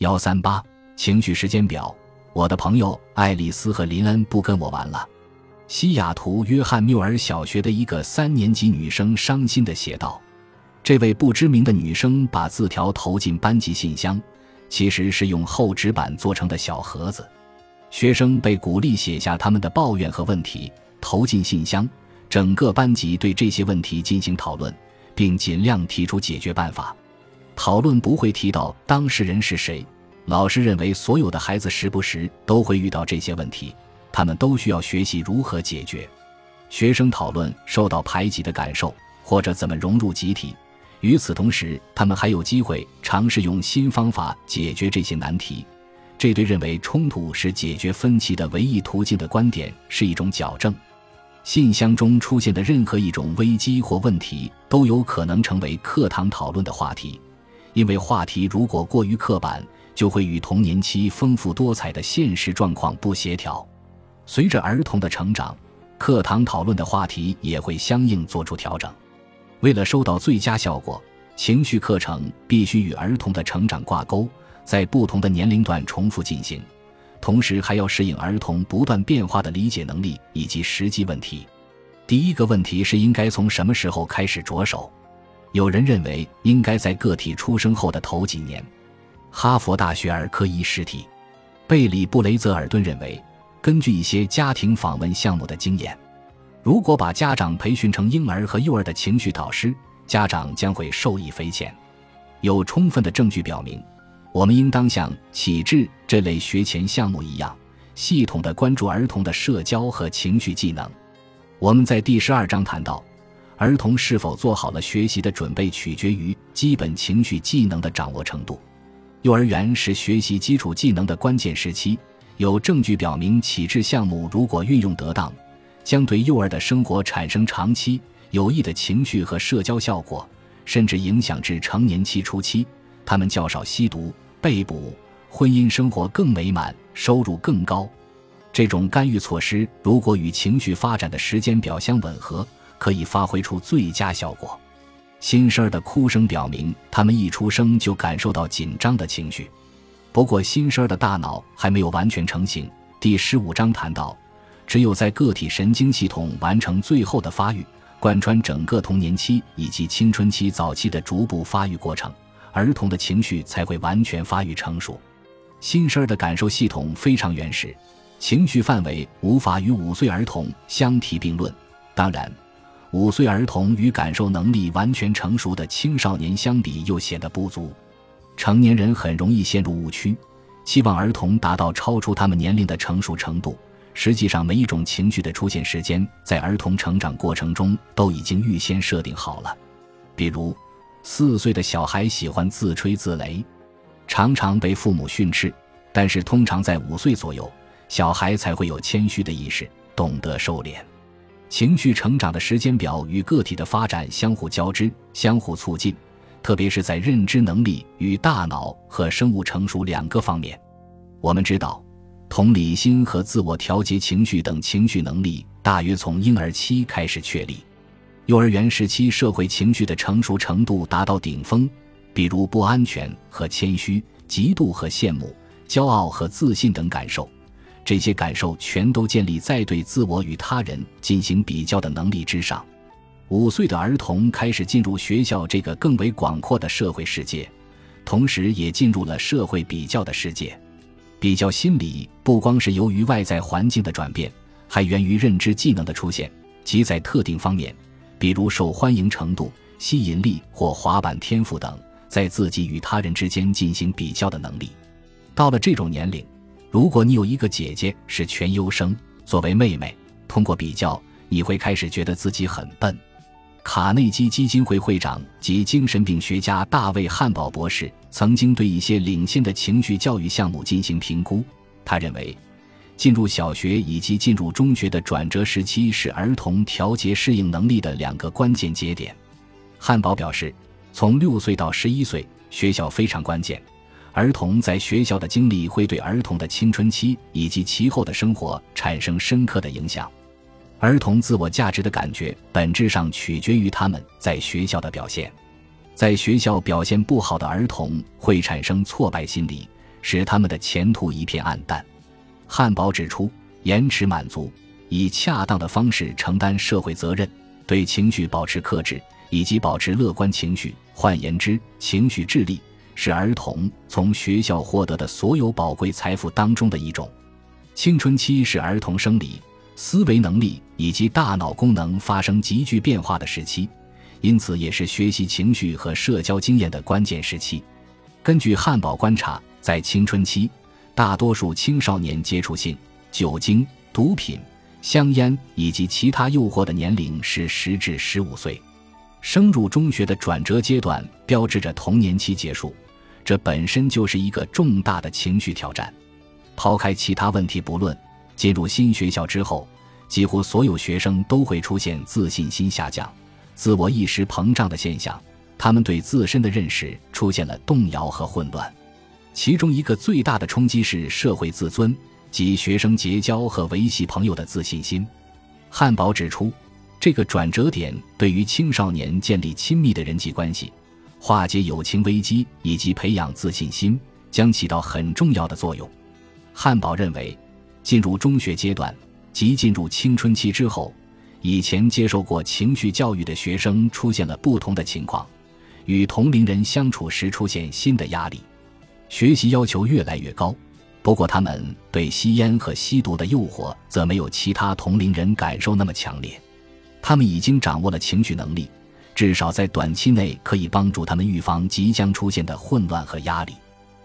138情绪时间表。我的朋友爱丽丝和林恩不跟我玩了。西雅图约翰缪尔小学的一个3年级女生伤心地写道，这位不知名的女生把字条投进班级信箱，其实是用厚纸板做成的小盒子。学生被鼓励写下他们的抱怨和问题，投进信箱，整个班级对这些问题进行讨论，并尽量提出解决办法。讨论不会提到当事人是谁，老师认为所有的孩子时不时都会遇到这些问题，他们都需要学习如何解决。学生讨论受到排挤的感受，或者怎么融入集体。与此同时，他们还有机会尝试用新方法解决这些难题。这对认为冲突是解决分歧的唯一途径的观点是一种矫正。信箱中出现的任何一种危机或问题都有可能成为课堂讨论的话题，因为话题如果过于刻板，就会与童年期丰富多彩的现实状况不协调。随着儿童的成长，课堂讨论的话题也会相应做出调整。为了收到最佳效果，情绪课程必须与儿童的成长挂钩，在不同的年龄段重复进行，同时还要适应儿童不断变化的理解能力以及实际问题。第一个问题是应该从什么时候开始着手？有人认为应该在个体出生后的头几年。哈佛大学儿科医师体贝里布雷泽尔顿认为，根据一些家庭访问项目的经验，如果把家长培训成婴儿和幼儿的情绪导师，家长将会受益匪浅。有充分的证据表明，我们应当像启智这类学前项目一样，系统地关注儿童的社交和情绪技能。我们在第12章谈到，儿童是否做好了学习的准备取决于基本情绪技能的掌握程度。幼儿园是学习基础技能的关键时期，有证据表明启智项目如果运用得当，将对幼儿的生活产生长期有益的情绪和社交效果，甚至影响至成年期初期，他们较少吸毒、被捕，婚姻生活更美满，收入更高。这种干预措施如果与情绪发展的时间表相吻合，可以发挥出最佳效果。新生儿的哭声表明他们一出生就感受到紧张的情绪。不过新生儿的大脑还没有完全成型。第15章谈到，只有在个体神经系统完成最后的发育，贯穿整个童年期以及青春期早期的逐步发育过程，儿童的情绪才会完全发育成熟。新生儿的感受系统非常原始，情绪范围无法与5岁儿童相提并论。当然，5岁儿童与感受能力完全成熟的青少年相比又显得不足。成年人很容易陷入误区，期望儿童达到超出他们年龄的成熟程度。实际上，每一种情绪的出现时间在儿童成长过程中都已经预先设定好了。比如4岁的小孩喜欢自吹自擂，常常被父母训斥，但是通常在5岁左右，小孩才会有谦虚的意识，懂得收敛。情绪成长的时间表与个体的发展相互交织，相互促进，特别是在认知能力与大脑和生物成熟2个方面。我们知道，同理心和自我调节情绪等情绪能力大约从婴儿期开始确立。幼儿园时期社会情绪的成熟程度达到顶峰，比如不安全和谦虚、嫉妒和羡慕、骄傲和自信等感受。这些感受全都建立在对自我与他人进行比较的能力之上。5岁的儿童开始进入学校这个更为广阔的社会世界，同时也进入了社会比较的世界。比较心理不光是由于外在环境的转变，还源于认知技能的出现，即在特定方面，比如受欢迎程度、吸引力或滑板天赋等，在自己与他人之间进行比较的能力。到了这种年龄，如果你有一个姐姐是全优生，作为妹妹，通过比较，你会开始觉得自己很笨。卡内基基金会会长及精神病学家大卫·汉堡博士曾经对一些领先的情绪教育项目进行评估。他认为，进入小学以及进入中学的转折时期是儿童调节适应能力的2个关键节点。汉堡表示，从6岁到11岁，学校非常关键。儿童在学校的经历会对儿童的青春期以及其后的生活产生深刻的影响。儿童自我价值的感觉本质上取决于他们在学校的表现。在学校表现不好的儿童会产生挫败心理， 使他们的前途一片暗淡。汉堡指出，延迟满足，以恰当的方式承担社会责任，对情绪保持克制，以及保持乐观情绪，换言之，情绪智力是儿童从学校获得的所有宝贵财富当中的一种。青春期是儿童生理、思维能力以及大脑功能发生急剧变化的时期，因此也是学习情绪和社交经验的关键时期。根据汉堡观察，在青春期，大多数青少年接触性、酒精、毒品、香烟以及其他诱惑的年龄是10至15岁。升入中学的转折阶段标志着童年期结束，这本身就是一个重大的情绪挑战。抛开其他问题不论，进入新学校之后，几乎所有学生都会出现自信心下降、自我意识膨胀的现象，他们对自身的认识出现了动摇和混乱。其中一个最大的冲击是社会自尊及学生结交和维系朋友的自信心。汉堡指出，这个转折点对于青少年建立亲密的人际关系、化解友情危机以及培养自信心将起到很重要的作用。汉堡认为，进入中学阶段即进入青春期之后，以前接受过情绪教育的学生出现了不同的情况，与同龄人相处时出现新的压力，学习要求越来越高。不过他们对吸烟和吸毒的诱惑则没有其他同龄人感受那么强烈。他们已经掌握了情绪能力，至少在短期内可以帮助他们预防即将出现的混乱和压力。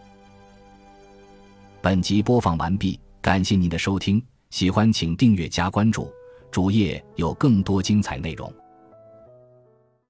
本集播放完毕，感谢您的收听，喜欢请订阅加关注，主页有更多精彩内容。